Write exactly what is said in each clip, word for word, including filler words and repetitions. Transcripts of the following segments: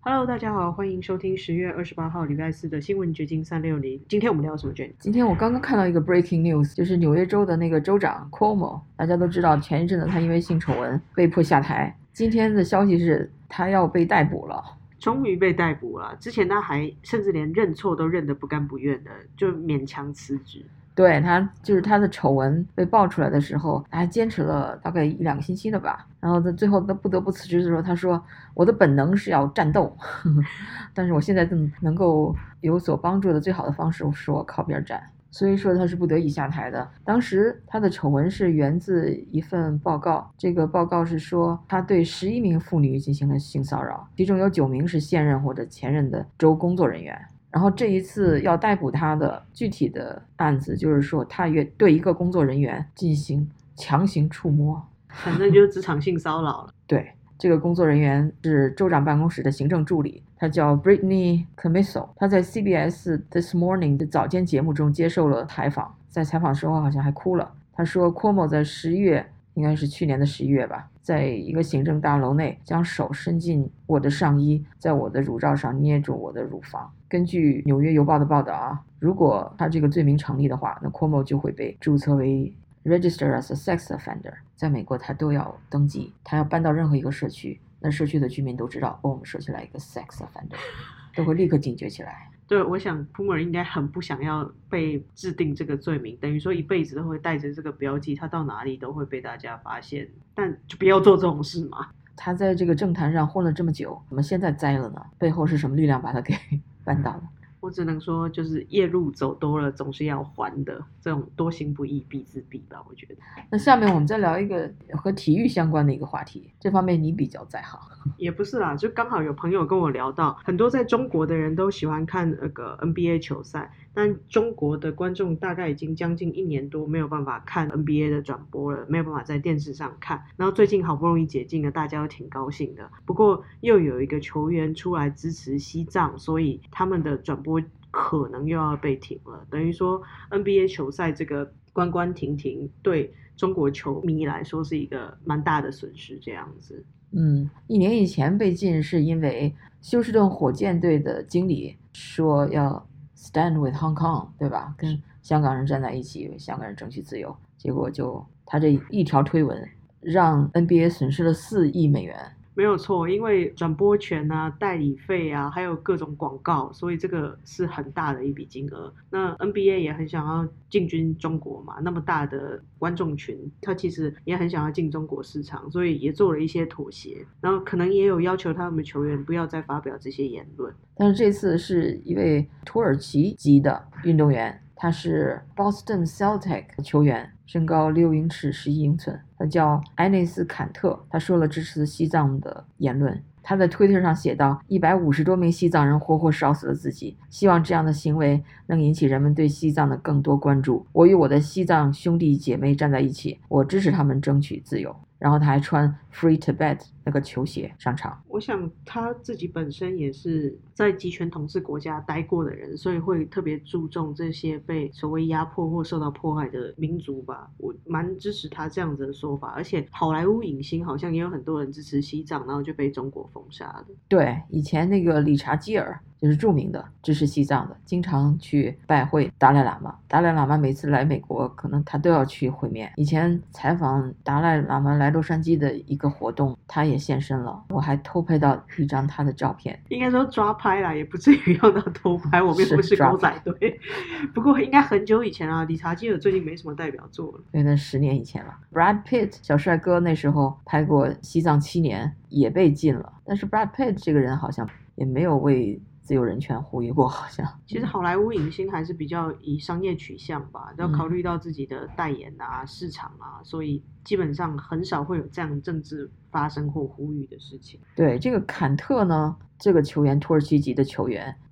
Hello，大家好，欢迎收听十月二十八号礼拜四的新闻掘金三六零。今天我们聊什么？卷？ 今天我刚刚看到一个 breaking news，就是纽约州的那个州长 Cuomo， 大家都知道，前一阵子他因为性丑闻被迫下台。今天的消息是他要被逮捕了， 终于被逮捕了。之前他还甚至连认错都认得不甘不愿的，就勉强辞职。 对，他就是他的丑闻被爆出来的时候，他还坚持了大概一两个星期了吧。然后他最后他不得不辞职的时候，他说：“我的本能是要战斗，呵呵但是我现在能够有所帮助的最好的方式是我靠边站。”所以说他是不得已下台的。当时他的丑闻是源自一份报告，这个报告是说他对十一名妇女进行了性骚扰，其中有九名是现任或者前任的州工作人员。然后这一次要逮捕他的具体的案子，就是说他对一个工作人员进行强行触摸， 反正就是职场性骚扰了。 对，这个工作人员是州长办公室的行政助理，他叫 Brittany Commisso。他在 C B S This Morning 的早间节目中接受了采访，在采访的时候好像还哭了。他说 Cuomo 在十一月，应该是去年的十一月吧，在一个行政大楼内将手伸进我的上衣，在我的乳罩上捏住我的乳房。根据纽约邮报的报道啊，如果他这个罪名成立的话，那 Cuomo 就会被注册为 register as a sex offender。 在美国他都要登记，他要搬到任何一个社区，那社区的居民都知道，哦，我们社区来一个 sex offender， 都会立刻警觉起来。 对，我想 Boomer 应该很不想要被制定这个罪名，等于说一辈子都会带着这个标记，他到哪里都会被大家发现，但就不要做这种事嘛。 他在这个政坛上混了这么久，怎么现在栽了呢？背后是什么力量把他给扳倒了？ 我只能说，就是夜路走多了，总是要还的。这种多行不义必自毙吧，我觉得。 那下面我们再聊一个和体育相关的一个话题，这方面你比较在行。 也不是啦，就刚好有朋友跟我聊到，很多在中国的人都喜欢看那个 N B A 球赛，但中国的观众大概已经将近一年多没有办法看 N B A 的转播了，没有办法在电视上看。然后最近好不容易解禁了，大家都挺高兴的。不过又有一个球员出来支持西藏，所以他们的转播可能又要被停了。等于说 N B A 球赛这个关关停停，对中国球迷来说是一个蛮大的损失，这样子。 嗯，一年以前被禁是因为休斯顿火箭队的经理说要 stand with Hong Kong， 对吧？跟香港人站在一起，为香港人争取自由。结果就他这一条推文，让 N B A 损失了四亿美元。 没有错，因为转播权啊、代理费啊，还有各种广告，所以这个是很大的一笔金额。那 N B A 也很想要进军中国嘛，那么大的观众群，他其实也很想要进中国市场，所以也做了一些妥协。然后可能也有要求他们球员不要再发表这些言论。 但是这次是一位土耳其籍的运动员，他是 Boston Celtic 球员，身高六英尺十一英寸，他叫埃内斯坎特。他说了支持西藏的言论，他在推特上写道：一百五十多名西藏人活活烧死了自己，希望这样的行为能引起人们对西藏的更多关注。我与我的西藏兄弟姐妹站在一起，我支持他们争取自由。然后他还穿 Free Tibet 那个球鞋上场。 我想他自己本身也是在集权统治国家待过的人，所以会特别注重这些被所谓压迫或受到迫害的民族吧。我蛮支持他这样子的说法，而且好莱坞影星好像也有很多人支持西藏，然后就被中国封杀的。 对，以前那个理查基尔就是著名的支持西藏的，经常去拜会达赖喇嘛。达赖喇嘛每次来美国，可能他都要去会面。以前采访达赖喇嘛来洛杉矶的一个活动，他也现身了，我还偷拍到一张他的照片。 应该说抓拍啦，也不至于要到偷拍，我并不是狗仔队。不过应该很久以前啊，理查基尔最近没什么代表作了， 对，那十年以前了。Brad Pitt 小帅哥那时候拍过《西藏七年》，也被禁了。但是 Brad Pitt 这个人好像也没有为自由人权呼吁过，好像。 其实好莱坞影星还是比较以商业取向吧，要考虑到自己的代言啊、市场啊，所以基本上很少会有这样政治发生或呼吁的事情。 对，这个坎特呢，这个球员土耳其籍的球员，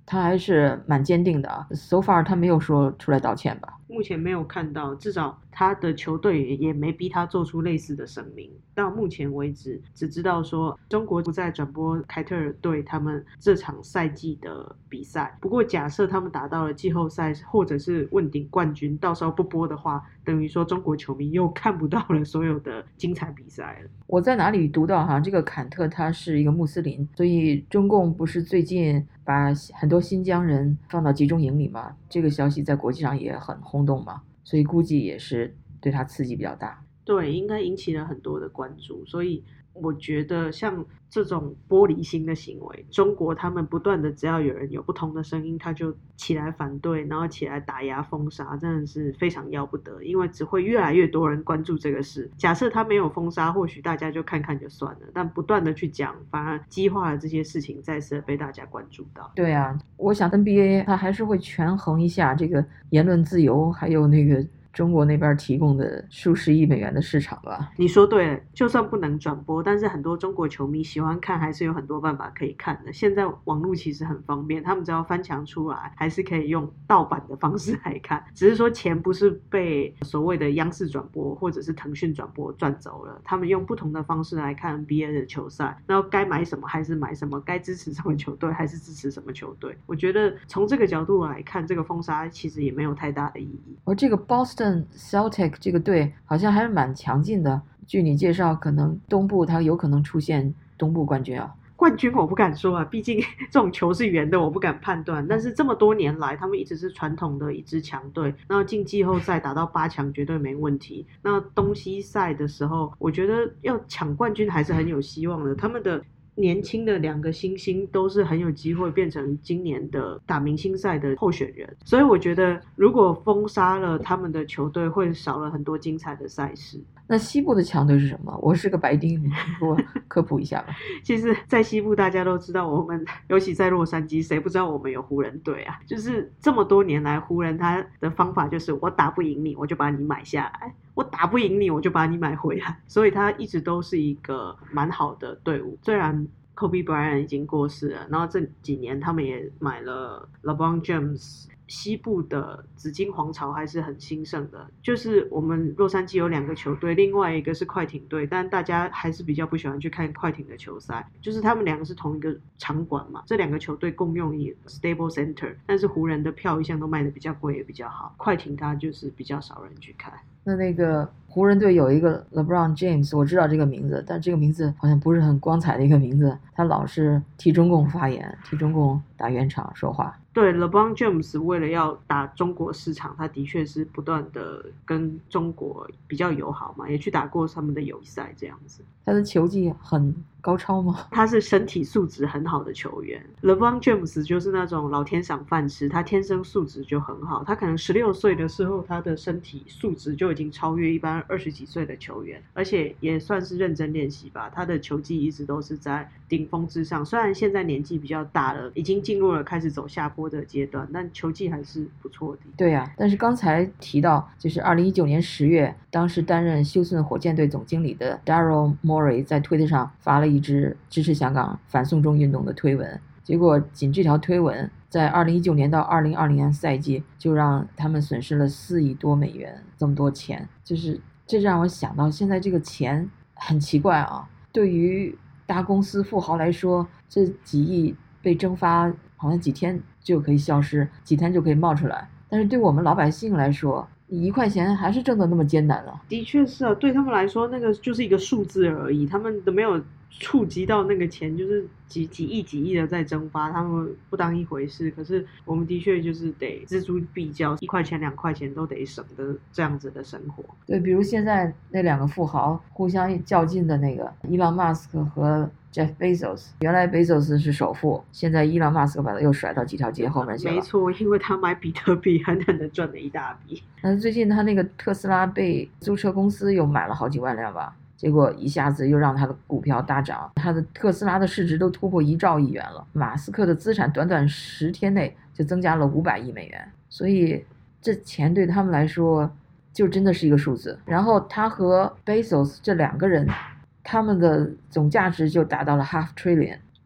他还是蛮坚定的啊。So far 他没有说出来道歉吧？ 目前没有看到，至少他的球队也没逼他做出类似的声明。到目前为止，只知道说中国不再转播凯特尔队他们这场赛季的比赛。不过假设他们打到了季后赛或者是问鼎冠军，到时候不播的话，等于说中国球迷又看不到了所有的精彩比赛了。 我在哪里读到哈，这个坎特他是一个穆斯林，所以中共不是最近把很多新疆人放到集中营里吗？这个消息在国际上也很轰动嘛，所以估计也是对他刺激比较大。 对，应该引起了很多的关注，所以我觉得像这种玻璃心的行为，中国他们不断的只要有人有不同的声音，他就起来反对，然后起来打压封杀，真的是非常要不得，因为只会越来越多人关注这个事。假设他没有封杀，或许大家就看看就算了，但不断的去讲，反而激化了这些事情再次被大家关注到。 对啊，我想 N B A 它还是会权衡一下这个言论自由，还有那个中国那边提供的数十亿美元的市场吧。 你说对了，就算不能转播，但是很多中国球迷喜欢看，还是有很多办法可以看的。现在网络其实很方便，他们只要翻墙出来，还是可以用盗版的方式来看。只是说钱不是被所谓的央视转播或者是腾讯转播赚走了，他们用不同的方式来看 N B A 的球赛，然后该买什么还是买什么，该支持什么球队还是支持什么球队。我觉得从这个角度来看，这个封杀其实也没有太大的意义。 而这个 Boston Celtic 这个队好像还是蛮强劲的，据你介绍，可能东部它有可能出现东部冠军啊。 冠军我不敢说啊，毕竟这种球是圆的，我不敢判断。但是这么多年来，他们一直是传统的一支强队，那进季后赛打到八强绝对没问题。那东西赛的时候，我觉得要抢冠军还是很有希望的。他们的年轻的两个新星都是很有机会变成今年的打明星赛的候选人，所以我觉得如果封杀了他们的球队，会少了很多精彩的赛事。 那西部的强队是什么？我是个白丁，你给我科普一下吧。 其实在西部大家都知道，我们尤其在洛杉矶，谁不知道我们有湖人队啊？就是这么多年来，湖人他的方法就是我打不赢你，我就把你买下来，我打不赢你，我就把你买回来，所以他一直都是一个蛮好的队伍。虽然Kobe Bryant 已经过世了，然后这几年他们也买了 LeBron James， 西部的紫金皇朝还是很兴盛的。就是我们洛杉矶有两个球队，另外一个是快艇队，但大家还是比较不喜欢去看快艇的球赛，就是他们两个是同一个场馆嘛，这两个球队共用一 Stable Center， 但是湖人的票一向都卖的比较贵也比较好，快艇它就是比较少人去看。 那那个湖人队有一个 LeBron James， 我知道这个名字，但这个名字好像不是很光彩的一个名字，他老是替中共发言，替中共打圆场说话。 对 LeBron James 为了要打中国市场，他的确是不断的跟中国比较友好嘛，也去打过他们的友谊赛这样子。 他的球技很高超吗？ 他是身体素质很好的球员。LeBron James 就是那种老天赏饭吃，他天生素质就很好，他可能十六岁的时候他的身体素质就已经超越一般二十几岁的球员，而且也算是认真练习吧，他的球技一直都是在顶峰之上，虽然现在年纪比较大了，已经进入了开始走下坡的阶段，但球技还是不错的。 对啊，但是刚才提到就是二零一九年十月，当时担任休斯顿火箭队总经理的 Daryl Morey 在推特上发了一支支持香港反送中运动的推文，结果仅这条推文在二零一九年到二零二零年赛季就让他们损失了四亿多美元，这么多钱，就是这让我想到现在这个钱很奇怪啊，对于大公司富豪来说，这几亿被蒸发好像几天就可以消失，几天就可以冒出来，但是对我们老百姓来说，你一块钱还是挣得那么艰难啊。 的确是啊，对他们来说那个就是一个数字而已，他们都没有触及到那个钱，就是几几亿几亿的在蒸发，他们不当一回事。可是我们的确就是得锱铢必较，一块钱两块钱都得省的这样子的生活。 对，比如现在那两个富豪互相较劲的那个伊朗马斯克和 Jeff Bezos， 原来 Bezos 是首富，现在伊朗马斯克把他又甩到几条街后面去了。 没错，因为他买比特币狠狠的赚了一大笔。 但是最近他那个特斯拉被租车公司又买了好几万辆吧，结果一下子又让他的股票大涨，他的特斯拉的市值都突破一兆亿元了，马斯克的资产短短十天内就增加了五百亿美元，所以这钱对他们来说就真的是一个数字。然后他和 Bezos 这两个人，他们的总价值就达到了 half trillion， 这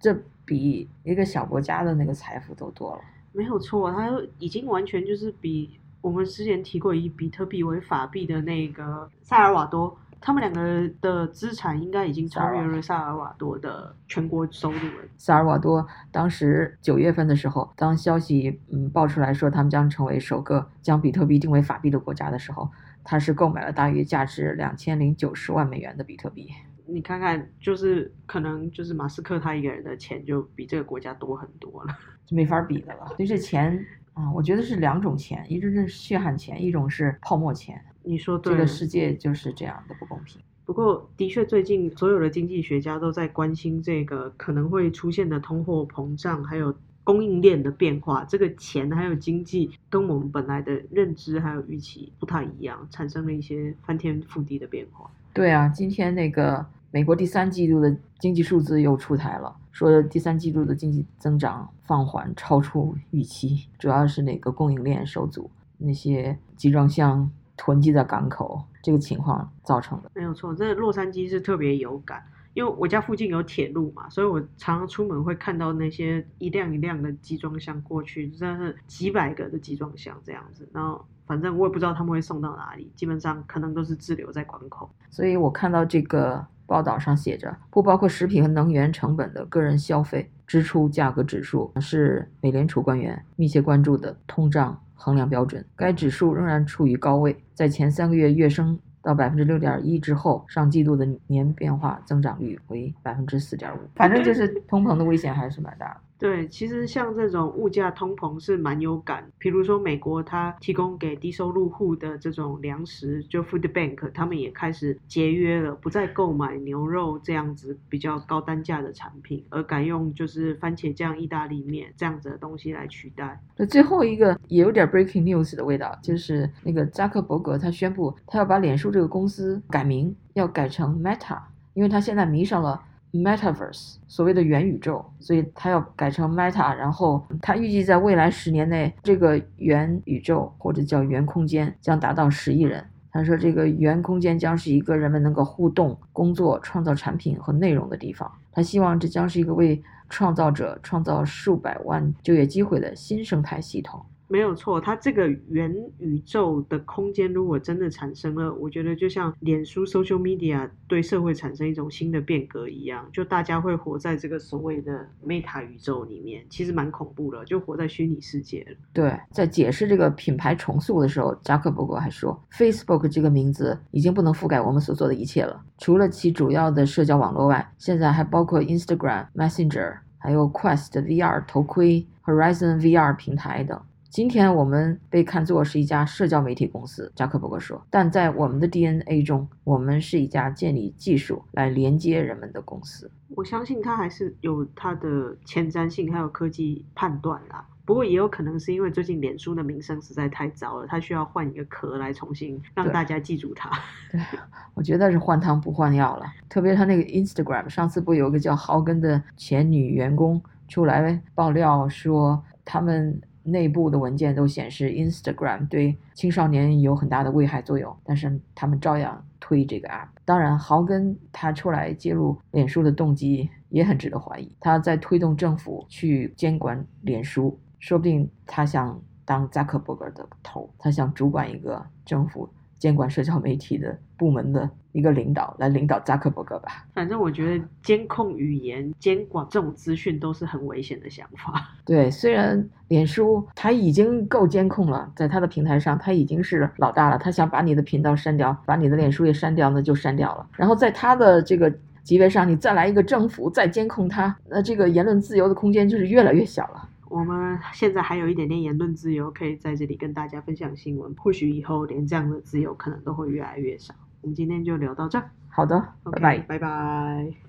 比一个小国家的那个财富都多了。 没有错，它已经完全就是比我们之前提过以比特币为法币的那个萨尔瓦多，他们两个的资产应该已经超越了萨尔瓦多的全国收入了。 萨尔瓦多当时九月份的时候，当消息嗯爆出来说他们将成为首个将比特币定为法币的国家的时候，他是购买了大约价值两千零九十万美元的比特币。 你看看，就是可能就是马斯克他一个人的钱就比这个国家多很多了， 就没法比的了。所以这钱啊，我觉得是两种钱，一种是血汗钱，一种是泡沫钱。 你说对， 这个世界就是这样的不公平。 不过，的确，最近所有的经济学家都在关心这个可能会出现的通货膨胀，还有供应链的变化。这个钱还有经济跟我们本来的认知还有预期不太一样，产生了一些翻天覆地的变化。 对啊，今天那个美国第三季度的经济数字又出台了，说第三季度的经济增长放缓，超出预期，主要是那个供应链受阻，那些集装箱囤积在港口这个情况造成的。 没有错，这洛杉矶是特别有感，因为我家附近有铁路嘛，所以我常常出门会看到那些一辆一辆的集装箱过去，真的是几百个的集装箱这样子，然后反正我也不知道他们会送到哪里，基本上可能都是滞留在关口。 所以我看到这个报道上写着，不包括食品和能源成本的个人消费支出价格指数是美联储官员密切关注的通胀衡量标准，该指数仍然处于高位，在前三个月跃升到 百分之六点一 之后，上季度的年变化增长率为 百分之四点五， 反正就是通膨的危险还是蛮大的。 对，其实像这种物价通膨是蛮有感，比如说美国它提供给低收入户的这种粮食，就 Food Bank， 他们也开始节约了，不再购买牛肉这样子比较高单价的产品，而改用就是番茄酱意大利面这样子的东西来取代。 最后一个也有点 breaking news 的味道，就是那个扎克伯格他宣布他要把脸书这个公司改名，要改成 Meta， 因为他现在迷上了Metaverse 所谓的元宇宙，所以他要改成 Meta， 然后他预计在未来十年内，这个元宇宙或者叫元空间将达到十亿人。他说这个元空间将是一个人们能够互动、工作、创造产品和内容的地方。他希望这将是一个为创造者创造数百万就业机会的新生态系统。 没有错，它这个元宇宙的空间如果真的产生了，我觉得就像脸书 social media 对社会产生一种新的变革一样，就大家会活在这个所谓的 meta 宇宙里面，其实蛮恐怖的，就活在虚拟世界了。 对，在解释这个品牌重塑的时候，扎克伯格还说 Facebook 这个名字已经不能覆盖我们所做的一切了，除了其主要的社交网络外，现在还包括 Instagram、Messenger 还有 Quest V R 头盔、Horizon V R 平台等。今天我们被看作是一家社交媒体公司，扎克伯格说，但在我们的 D N A 中，我们是一家建立技术来连接人们的公司。 我相信它还是有它的前瞻性还有科技判断啦，不过也有可能是因为最近脸书的名声实在太糟了，它需要换一个壳来重新让大家记住它。 对，我觉得是换汤不换药了，特别他那个 Instagram， 上次不有个叫豪根的前女员工出来爆料说他们内部的文件都显示 Instagram 对青少年有很大的危害作用，但是他们照样推这个 app。 当然豪根他出来揭露脸书的动机也很值得怀疑，他在推动政府去监管脸书，说不定他想当扎克伯格的头，他想主管一个政府监管社交媒体的部门的一个领导，来领导扎克伯格吧。 反正我觉得监控语言、监管这种资讯都是很危险的想法。 对，虽然脸书它已经够监控了，在它的平台上它已经是老大了，他想把你的频道删掉，把你的脸书也删掉，那就删掉了。然后在它的这个级别上，你再来一个政府再监控它，那这个言论自由的空间就是越来越小了。 我们现在还有一点点言论自由，可以在这里跟大家分享新闻，或许以后连这样的自由可能都会越来越少。我们今天就聊到这儿。 好的， okay, 拜拜。 拜拜。